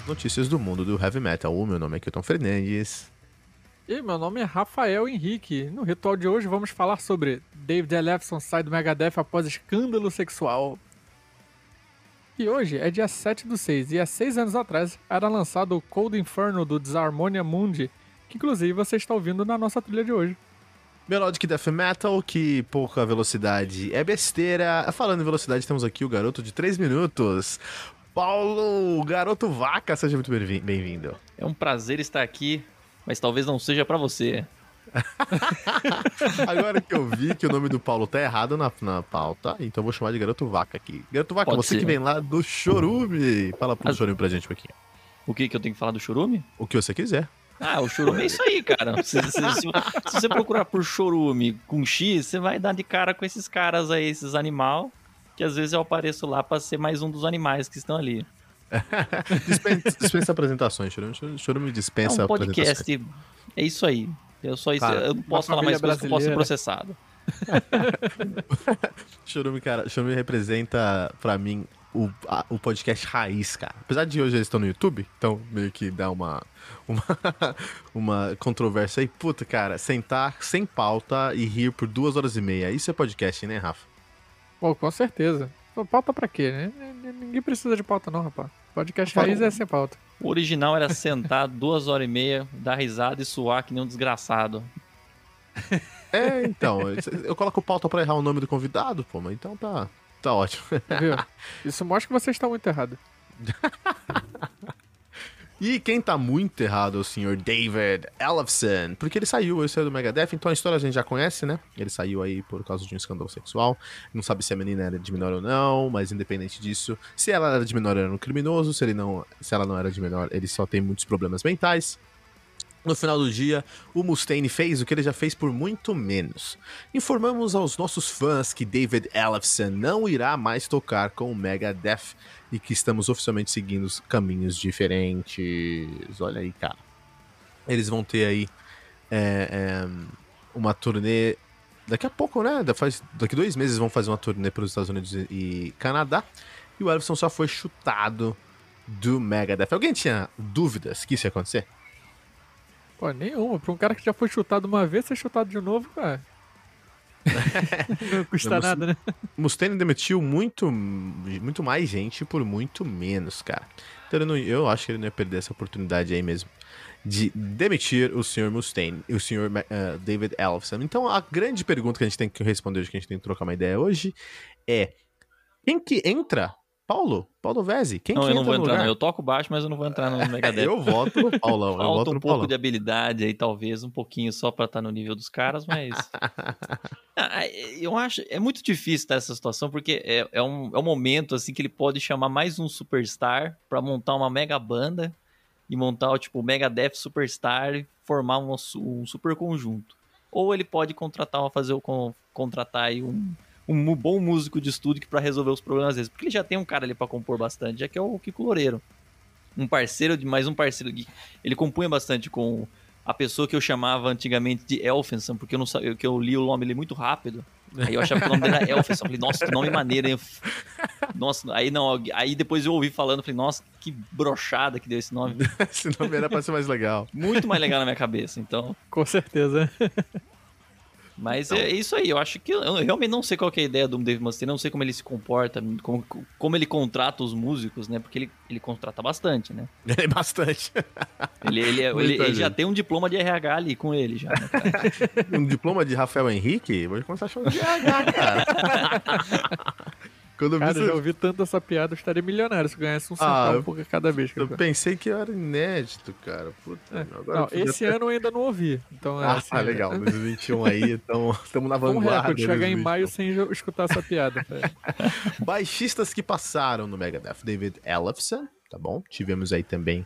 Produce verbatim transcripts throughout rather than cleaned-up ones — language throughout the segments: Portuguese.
notícias do mundo do heavy metal. O meu nome é Kilton Fernandes. E meu nome é Rafael Henrique. No ritual de hoje vamos falar sobre David Ellefson sai do Megadeth após escândalo sexual. E hoje é dia sete do seis, e há seis anos atrás era lançado o Cold Inferno do Disharmonia Mundi, que inclusive você está ouvindo na nossa trilha de hoje. Melodic Death Metal, que pouca velocidade é besteira. Falando em velocidade, temos aqui o garoto de três minutos, Paulo, garoto vaca, seja muito bem-vindo. É um prazer estar aqui, mas talvez não seja pra você. Agora que eu vi que o nome do Paulo tá errado na, na pauta, então eu vou chamar de garoto vaca aqui. Garoto vaca, Pode você ser. que vem lá do Chorume. Fala pro As... Chorume pra gente um pouquinho. O que que eu tenho que falar do Chorume? O que você quiser. Ah, o chorume é isso aí, cara. Se, se, se, se você procurar por chorume com X, você vai dar de cara com esses caras aí, esses animal, que às vezes eu apareço lá pra ser mais um dos animais que estão ali. dispensa, dispensa apresentações, Chorume. Chorume dispensa É um podcast, apresentações. é isso aí. Eu só isso, Cara, eu não posso falar mais coisas que eu posso ser processado. Chorume, cara, Chorume representa pra mim o, a, o podcast raiz, cara. Apesar de hoje eles estão no YouTube, então meio que dá uma, uma, uma controvérsia aí. Puta, cara, sentar sem pauta e rir por duas horas e meia. Isso é podcast, né, Rafa? Pô, com certeza. Pô, pauta pra quê, né? Ninguém precisa de pauta não, rapaz. Podcast raiz é sem pauta. O original era sentar duas horas e meia, dar risada e suar que nem um desgraçado. É, então, eu coloco pauta pra errar o nome do convidado, pô, mas então tá, tá ótimo. Viu? Isso mostra que você está muito errado. E quem tá muito errado é o senhor David Ellefson, porque ele saiu, ele saiu do Megadeth, então a história a gente já conhece, né? Ele saiu aí por causa de um escândalo sexual, não sabe se a menina era de menor ou não, mas independente disso, se ela era de menor, era um criminoso, se, ele não, se ela não era de menor, ele só tem muitos problemas mentais. No final do dia, o Mustaine fez o que ele já fez por muito menos. Informamos aos nossos fãs que David Ellefson não irá mais tocar com o Megadeth e que estamos oficialmente seguindo caminhos diferentes. Olha aí, cara. Eles vão ter aí é, é, uma turnê daqui a pouco, né? Faz, daqui dois meses vão fazer uma turnê para os Estados Unidos e Canadá. E o Ellefson só foi chutado do Megadeth. Alguém tinha dúvidas que isso ia acontecer? Pô, nenhuma. Pra um cara que já foi chutado uma vez, ser chutado de novo, cara. Não custa Não, nada, né? Mustaine demitiu muito, muito mais gente por muito menos, cara. Então eu, não, eu acho que ele não ia perder essa oportunidade aí mesmo de demitir o senhor Mustaine e o senhor uh, David Ellefson. Então a grande pergunta que a gente tem que responder hoje, que a gente tem que trocar uma ideia hoje, é: quem que entra? Paulo? Paulo Vezzi? Quem não, que eu não entra vou no entrar, lugar? não. Eu toco baixo, mas eu não vou entrar no Megadeth. Eu voto no Paulão. eu Falta voto um no pouco Paulão. de habilidade aí, talvez, um pouquinho só pra estar no nível dos caras, mas... ah, eu acho, é muito difícil estar nessa situação, porque é, é, um, é um momento, assim, que ele pode chamar mais um superstar pra montar uma mega banda e montar, tipo, o Megadeth Superstar e formar um, um super conjunto. Ou ele pode contratar, fazer o, contratar aí um... um bom músico de estúdio que para resolver os problemas às vezes, porque ele já tem um cara ali para compor bastante, já que é o Kiko Loureiro, um parceiro de mais um parceiro. Ele compunha bastante com a pessoa que eu chamava antigamente de Elfenson, porque eu não sabia, que eu li o nome dele muito rápido. Aí eu achava que o nome dele era Elfenson. Eu falei, nossa, que nome maneiro, hein? Nossa, aí não, aí depois eu ouvi falando, falei, nossa, que brochada que deu esse nome. Esse nome era pra ser mais legal. Muito mais legal na minha cabeça, então. Com certeza. Mas então, é isso aí, eu acho que eu realmente não sei qual que é a ideia do Dave Mustaine, não sei como ele se comporta, como, como ele contrata os músicos, né? Porque ele, ele contrata bastante, né? É bastante. Ele, ele, ele, ele já tem um diploma de R H ali com ele, já, né, cara? Um diploma de Rafael Henrique? Vou começar a chamar de R H, cara. Quando eu Cara, vi, eu já ouvi tanto essa piada, eu estaria milionário se ganhasse um Ah, centavo por cada vez. Que eu eu pensei que eu era inédito, cara. Puta, É. meu, agora Não, eu podia esse até- ano eu ainda não ouvi. Então, é Ah, assim, legal. dois mil e vinte e um aí, estamos na Vamos vanguarda. recorde, chegar em dois mil e vinte e um. maio sem jo- escutar essa piada. velho. Baixistas que passaram no Megadeth. David Ellefson, tá bom? Tivemos aí também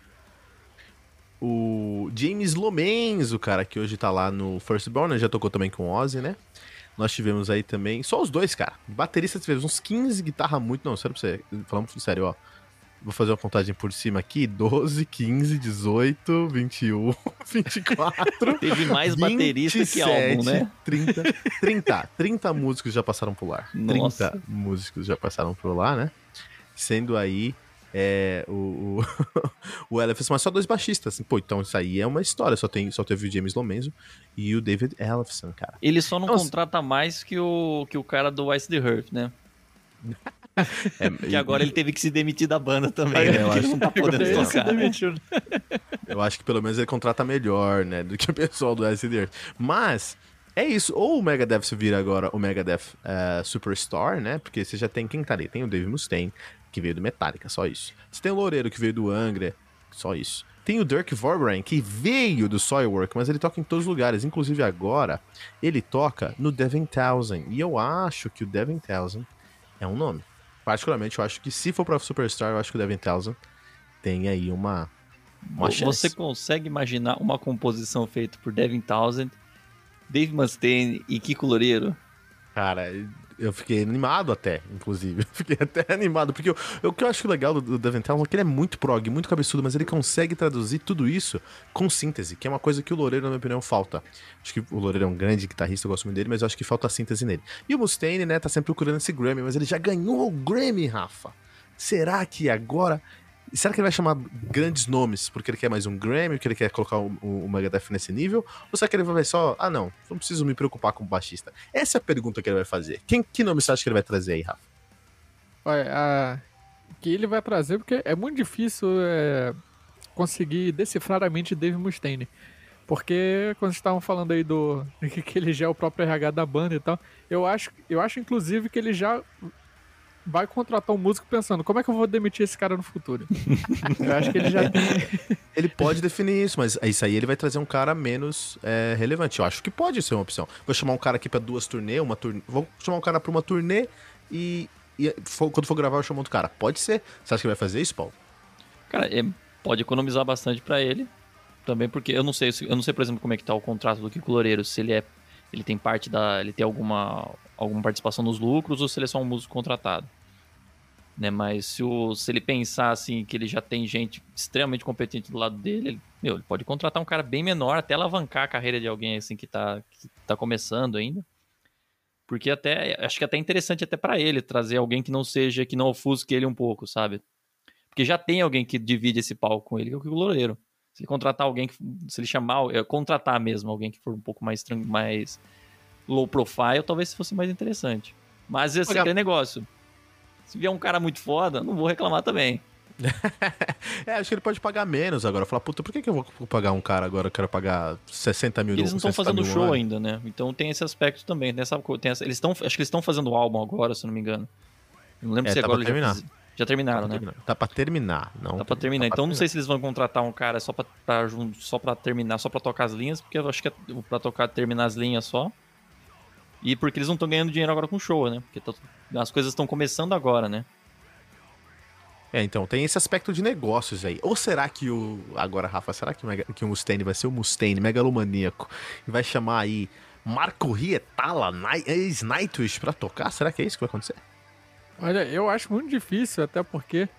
o James Lomains, o cara que hoje tá lá no Firstborn, já tocou também com o Ozzy, né? Nós tivemos aí também, só os dois, cara. Baterista tivemos uns quinze, guitarra muito, não, sério pra você, falando sério, ó. Vou fazer uma contagem por cima aqui, doze, quinze, dezoito, vinte e um, vinte e quatro... Teve mais baterista que álbum, né? trinta, trinta, trinta músicos já passaram por lá. Nossa. trinta músicos já passaram por lá, né? Sendo aí é, o, o, o Ellefson, mas só dois baixistas. Assim, pô, então isso aí é uma história. Só, tem, só teve o James Lomenzo e o David Ellefson, cara. Ele só não Então, contrata mais que o, que o cara do Ice the Earth, né? É, que agora ele teve que se demitir da banda também, né? Eu Porque acho- ele não tá podendo Ele se tocar. demitiu. Eu acho que pelo menos ele contrata melhor, né, do que o pessoal do S D Earth. Mas é isso. Ou o Megadeth se vira agora o Megadeth eh, Superstar, né? Porque você já tem quem tá ali. Tem o Dave Mustaine, que veio do Metallica, só isso. Você tem o Loureiro, que veio do Angra, só isso. Tem o Dirk Verbrandt, que veio do Soilwork, mas ele toca em todos os lugares. Inclusive agora, ele toca no Devin Townsend. E eu acho que o Devin Townsend é um nome. Particularmente, eu acho que se for pra Superstar, eu acho que o Devin Townsend tem aí uma, uma chance. Você consegue imaginar uma composição feita por Devin Townsend, Dave Mustaine e Kiko Loureiro? Cara, eu fiquei animado até, inclusive. Eu fiquei até animado, porque eu, eu- o que eu acho legal do, do Devin Townsend é que ele é muito prog, muito cabeçudo, mas ele consegue traduzir tudo isso com síntese, que é uma coisa que o Loureiro, na minha opinião, falta. Acho que o Loureiro é um grande guitarrista, eu gosto muito dele, mas eu acho que falta a síntese nele. E o Mustaine, né, tá sempre procurando esse Grammy, mas ele já ganhou o Grammy, Rafa. Será que agora... Será que ele vai chamar grandes nomes porque ele quer mais um Grammy, porque ele quer colocar o, o, o Megadeth nesse nível? Ou será que ele vai só, ah não, não preciso me preocupar com o baixista? Essa é a pergunta que ele vai fazer. Quem, que nome você acha que ele vai trazer aí, Rafa? Olha, a... que ele vai trazer, porque é muito difícil é, conseguir decifrar a mente de Dave Mustaine. Porque quando vocês estavam falando aí do que ele já é o próprio R H da banda e tal, eu acho, eu acho inclusive que ele já vai contratar um músico pensando, como é que eu vou demitir esse cara no futuro? Eu acho que ele já tem... Ele pode definir isso, mas isso aí ele vai trazer um cara menos é, relevante. Eu acho que pode ser uma opção. Vou chamar um cara aqui pra duas turnê, uma turnê. Vou chamar um cara pra uma turnê e, e for- quando for gravar eu chamo outro cara. Pode ser. Você acha que ele vai fazer isso, Paulo? Cara, é, pode economizar bastante pra ele. Também porque eu não sei, se- eu não sei, por exemplo, como é que tá o contrato do Kiko Loureiro, se ele é ele tem parte da, ele tem alguma alguma participação nos lucros ou se ele é só um músico contratado. Né, mas se, o, se ele pensar assim que ele já tem gente extremamente competente do lado dele, ele, meu, ele pode contratar um cara bem menor até alavancar a carreira de alguém assim que tá, que tá começando ainda. Porque até acho que é até interessante até pra ele trazer alguém que não seja, que não ofusque ele um pouco, sabe? Porque já tem alguém que divide esse palco com ele, que é o Kiko Loureiro. Se ele contratar alguém, que, se ele chamar, é, contratar mesmo alguém que for um pouco mais, tran- mais low profile, talvez fosse mais interessante. Mas esse é Olha- aquele negócio. Se vier um cara muito foda, não vou reclamar também. É, acho que ele pode pagar menos agora. Falar, puta, por que, que eu vou pagar um cara agora? Eu quero pagar sessenta mil E eles não estão sessenta fazendo mil show ano? ainda, né? Então tem esse aspecto também. Tem essa, tem essa, eles estão, acho que eles estão fazendo o álbum agora, se eu não me engano. Eu não lembro É, se tá agora pra eles já, terminar. fiz- já terminaram, Tá né? pra terminar. Tá pra terminar. Não, Tá pra terminar. tá pra Então não sei se eles vão contratar um cara só pra, pra, jun- só pra terminar, só pra tocar as linhas, porque eu acho que é pra tocar, terminar as linhas só. E porque eles não estão ganhando dinheiro agora com show, né? Porque tá- as coisas estão começando agora, né? É, então, tem esse aspecto de negócios aí. Ou será que o... Agora, Rafa, será que o, Mega- que o Mustaine vai ser o Mustaine megalomaníaco e vai chamar aí Marco Rietala, Ni- ex-Nightwish pra tocar? Será que é isso que vai acontecer? Olha, eu acho muito difícil, até porque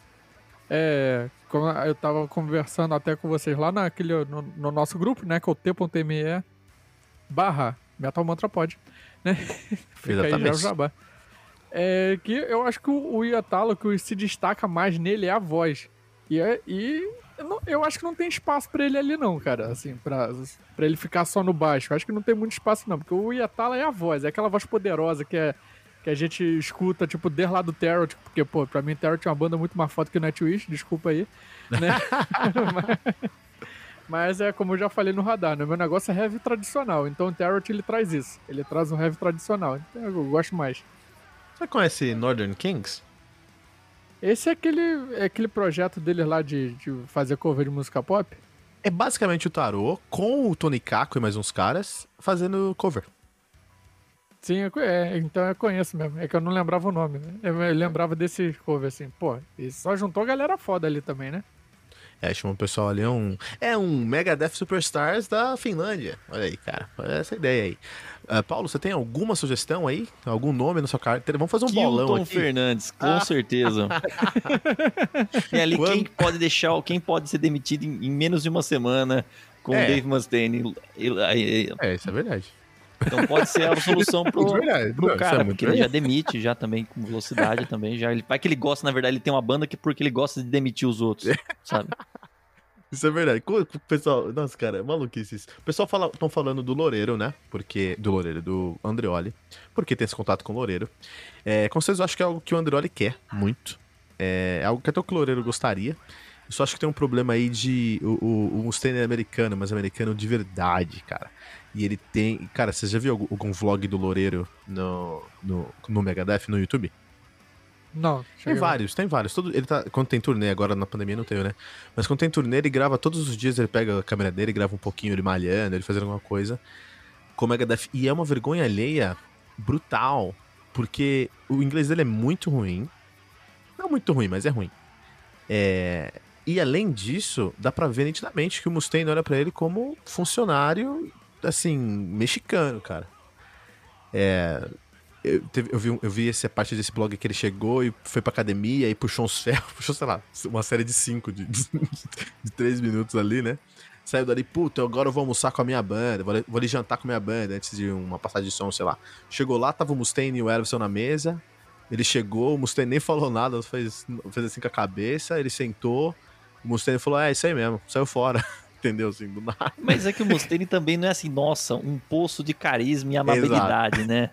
é, como eu tava conversando até com vocês lá naquele, no, no nosso grupo, né, que é o t.me barra Metal Mantra Pod, né? Fica aí já o Exatamente. jabá. É que eu acho que o, o Iatalo, que se destaca mais nele é a voz. E, é, e eu, não- eu acho que não tem espaço pra ele ali não, cara, assim, pra, pra ele ficar só no baixo. Eu acho que não tem muito espaço não, porque o Iatalo é a voz, é aquela voz poderosa que é que a gente escuta, tipo, desde lá do Tarot, porque, pô, pra mim Tarot é uma banda muito mais foda que o Nightwish, desculpa aí, né? mas, mas é como eu já falei no radar, né? Meu negócio é heavy tradicional, então o Tarot ele traz isso, ele traz um heavy tradicional, então eu gosto mais. Você conhece Northern Kings? Esse é aquele, é aquele projeto deles lá de, de fazer cover de música pop? É basicamente o Tarô com o Tony Kako e mais uns caras fazendo cover. Sim, eu, co- é, então eu conheço mesmo. É que eu não lembrava o nome, né? Eu, eu lembrava desse cover, assim. Pô, e só juntou a galera foda ali também, né? É, chama o pessoal ali, é um... É um Megadeth Superstars da Finlândia. Olha aí, cara. Olha essa ideia aí. Ah, Paulo, você tem alguma sugestão aí? Algum nome na sua carteira? Vamos fazer um bolão Kilton aqui. Fernandes, com Ah. certeza. E ali, Quando- quem pode deixar, quem pode ser demitido em, em menos de uma semana com o É. Dave Mustaine? E- e- e- É, isso é verdade. Então pode ser a solução pro, Muito verdade, pro não, cara, isso é porque muito ele já demite, já também, com velocidade também. Já, ele, vai que ele gosta, na verdade, ele tem uma banda que porque ele gosta de demitir os outros, sabe? Isso é verdade. Co- co- Pessoal, nossa, cara, é maluquice isso. O pessoal fala, estão falando do Loureiro, né? Porque. Do Loureiro, do Andreoli. Porque tem esse contato com o Loureiro. É, com certeza eu acho que é algo que o Andreoli quer muito. É, é algo que até o que o Loureiro gostaria. Eu só acho que tem um problema aí de. O, o, o Mustaine é americano, mas americano de verdade, cara. E ele tem. Cara, você já viu algum, algum vlog do Loureiro no, no, no Megadeth no YouTube? Não, Tem cheguei lá. vários, tem vários. Todo, ele tá, quando tem turnê, agora na pandemia não tem, né? Mas quando tem turnê, ele grava todos os dias, ele pega a câmera dele, grava um pouquinho ele malhando, ele fazendo alguma coisa com o Megadeth. E é uma vergonha alheia brutal, porque o inglês dele é muito ruim. Não muito ruim, mas é ruim. É... E além disso, dá pra ver nitidamente que o Mustaine olha pra ele como funcionário, assim, mexicano, cara. É... Eu, teve- eu vi, um- eu vi essa parte desse blog que ele chegou e foi pra academia e puxou uns ferros, puxou, sei lá, uma série de cinco, de, de, de três minutos ali, né? Saiu dali, puta, agora eu vou almoçar com a minha banda, vou ali, vou ali jantar com a minha banda antes de uma passagem de som, sei lá. Chegou lá, tava o Mustaine e o Elvis na mesa, ele chegou, o Mustaine nem falou nada, fez, fez assim com a cabeça, ele sentou, o Mustaine falou, é, isso aí mesmo, saiu fora, entendeu, assim, do nada. Mas é que o Mustaine também não é assim, nossa, um poço de carisma e amabilidade, né?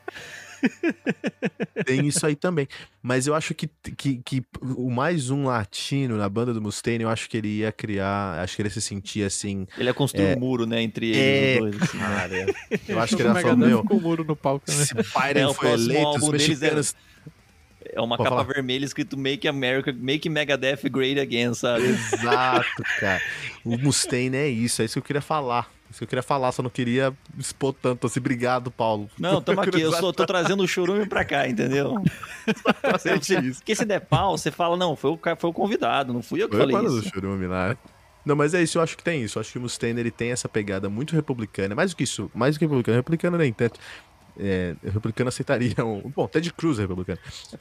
Tem isso aí também. Mas eu acho que, que, que o mais um latino na banda do Mustaine, eu acho que ele ia criar. Acho que ele ia se sentir assim. Ele ia construir É. um muro, né, entre eles, É, os dois. Assim, né? cara. Eu acho que O ele ia falar, Megadeth meu. com o muro no palco, né? Se Biden É, o foi próximo eleito, os álbum deles é- mexicanos. É uma Pode capa falar. vermelha escrito Make America, Make Megadeth Great Again, sabe? Exato, cara. O Mustaine é isso, é isso que eu queria falar. Isso que eu queria falar, só não queria expor tanto assim. Obrigado, Paulo. Não, tamo aqui, eu só tô trazendo o chorume pra cá, entendeu? Exatamente isso. Porque se der pau, você fala, não, foi o, ca- foi o convidado, não fui eu que Foi falei para do isso. churume lá. Não, mas é isso, eu acho que tem isso. Eu acho que o Mustaine, ele tem essa pegada muito republicana. Mais do que isso, mais do que republicano. Republicano nem tanto. É, republicano aceitaria um... Bom, Ted Cruz é republicano.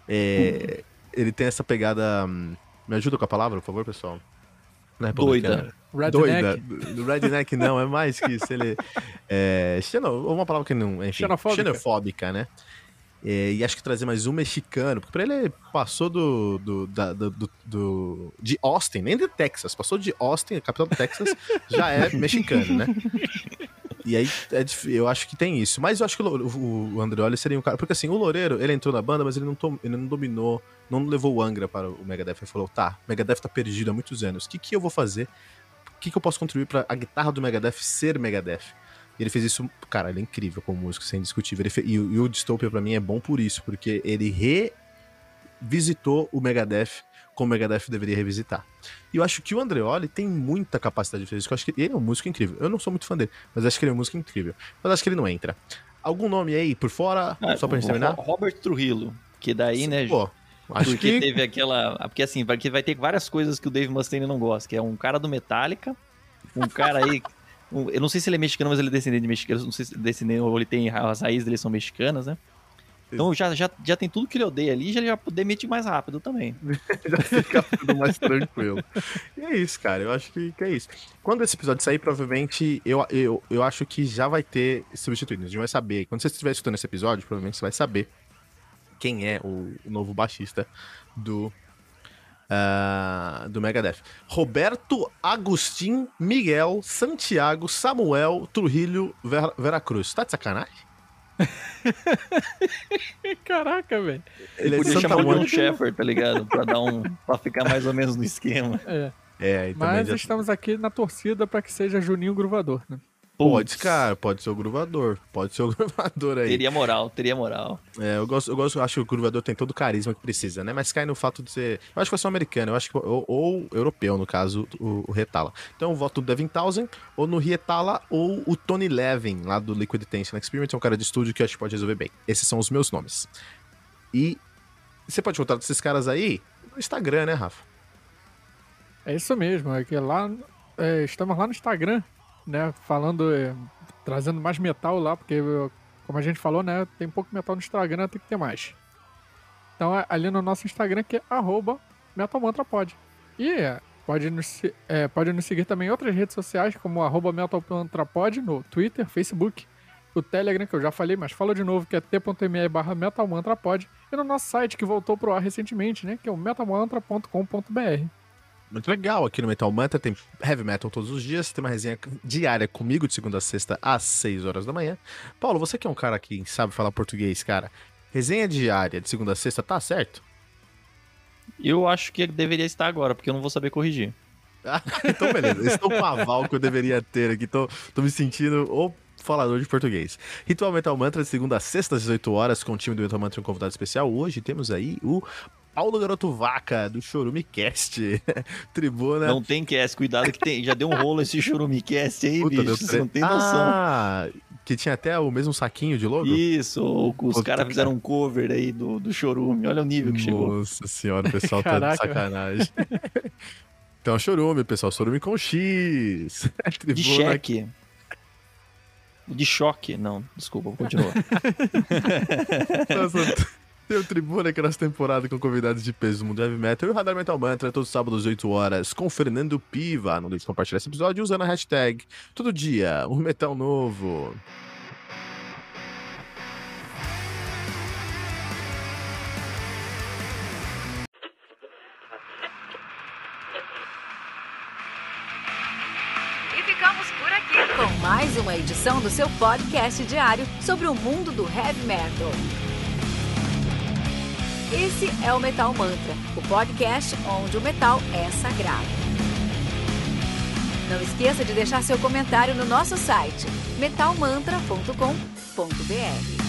É, ele tem essa pegada... hum, Me ajuda com a palavra, por favor, pessoal? Não é republicano. Redneck. Doida. Do Redneck não, é mais que isso. Ele é... Xeno, uma palavra que não... Enfim, Xenofóbica. xenofóbica, né? É, e acho que trazer mais um mexicano, porque pra ele ele passou do, do, da- do, do- do- de Austin, nem de Texas, passou de Austin, a capital do Texas, já é mexicano, né? E aí é dif- eu acho que tem isso. Mas eu acho que o, o, o Andreoli seria um cara. Porque assim, o Loureiro, ele entrou na banda, mas ele não, tom- ele não dominou, não levou o Angra para o Megadeth. Ele falou: tá, o Megadeth tá perdido há muitos anos. O que, que eu vou fazer? O que, que eu posso contribuir pra a guitarra do Megadeth ser Megadeth? E ele fez isso, cara, ele é incrível como músico, isso é indiscutível. Ele fe- e, o- e o Dystopia pra mim é bom por isso, porque ele revisitou o Megadeth como o Megadeth deveria revisitar. E eu acho que o Andreoli tem muita capacidade de fazer isso, que eu acho que ele é um músico incrível. Eu não sou muito fã dele, mas acho que ele é um músico incrível. Mas acho que ele não entra. Algum nome aí por fora, Ah, só pra gente o terminar? Ro- Robert Trujillo, que daí, né, Pô, acho porque que... teve aquela... Porque assim, porque vai ter várias coisas que o Dave Mustaine não gosta, que é um cara do Metallica, um cara aí... um- eu não sei se ele é mexicano, mas ele é descendente de mexicanos, não sei se ele é descendente ou ele tem... As raízes dele são mexicanas, né? Então já, já, já tem tudo que ele odeia ali, já já demite mais rápido também. já fica tudo mais tranquilo. E é isso, cara. Eu acho que, que é isso. Quando esse episódio sair, provavelmente eu, eu, eu acho que já vai ter substituído. A gente vai saber. Quando você estiver escutando esse episódio, provavelmente você vai saber quem é o, o novo baixista do, ah, do Megadeth. Roberto Agustin Miguel Santiago Samuel Trujillo Vera, Veracruz. Tá de sacanagem? Caraca, velho. Ele é de Podia Santa chamar o John Mônica. Shepard, tá ligado? Pra dar um... pra ficar mais ou menos no esquema. É. É, e também Mas já... estamos aqui na torcida pra que seja Juninho Gruvador, né? Pode, Putz, cara, pode ser o gruvador. Pode ser o gruvador aí. Teria moral, teria moral. É, eu gosto, eu gosto, acho que o gruvador tem todo o carisma que precisa, né? Mas cai no fato de ser. Eu acho que vai ser um americano, eu acho que. Ou, ou europeu, no caso, o, o Retala. Então eu voto no Devin Townsend, ou no Rietala, ou o Tony Levin, lá do Liquid Tension Experiment, é um cara de estúdio que eu acho que pode resolver bem. Esses são os meus nomes. E você pode voltar desses caras aí no Instagram, né, Rafa? É isso mesmo, é que lá é, estamos lá no Instagram, né? Falando, é, trazendo mais metal lá, porque como a gente falou, né? Tem pouco metal no Instagram, tem que ter mais. Então é ali no nosso Instagram que é arroba metalmantrapod. E é, pode, nos, se- é, pode nos seguir também em outras redes sociais, como arroba metalmantrapod no Twitter, Facebook, o Telegram, que eu já falei, mas falo de novo, que é t.me barra metalmantrapod, e no nosso site, que voltou pro ar recentemente, né, que é o metalmantra ponto com ponto b r. Muito legal, aqui no Metal Mantra tem Heavy Metal todos os dias, tem uma resenha diária comigo de segunda a sexta às seis horas da manhã. Paulo, você que é um cara que sabe falar português, cara, resenha diária de segunda a sexta tá certo? Eu acho que ele deveria estar agora, porque eu não vou saber corrigir. Ah, então beleza, estou com a aval que eu deveria ter aqui, tô, tô me sentindo o falador de português. Ritual Metal Mantra de segunda a sexta às dezoito horas com o time do Metal Mantra e um convidado especial. Hoje temos aí o Paulo Garoto Vaca, do Chorumicast. Tribuna. Não tem cast, cuidado que tem. Já deu um rolo esse Chorumicast aí, Puta, bicho. deu Você tre... não tem noção. Ah, que tinha até o mesmo saquinho de logo? Isso, os Puta, caras fizeram um cover aí do, do Chorume. Olha o nível que chegou. Nossa senhora, o pessoal tá de Caraca. sacanagem. Então, Chorume, pessoal. Chorume com X. Tribuna... De cheque. De choque. Não, desculpa, continua. Nossa, tem o Tribuna, que é a nossa temporada com convidados de peso do mundo heavy metal, e o Radar Metal Mantra, todos os sábados às oito horas, com Fernando Piva. Não deixe de compartilhar esse episódio usando a hashtag todo dia, um metal novo. E ficamos por aqui com mais uma edição do seu podcast diário sobre o mundo do heavy metal. Esse é o Metal Mantra, o podcast onde o metal é sagrado. Não esqueça de deixar seu comentário no nosso site metal mantra ponto com ponto b r.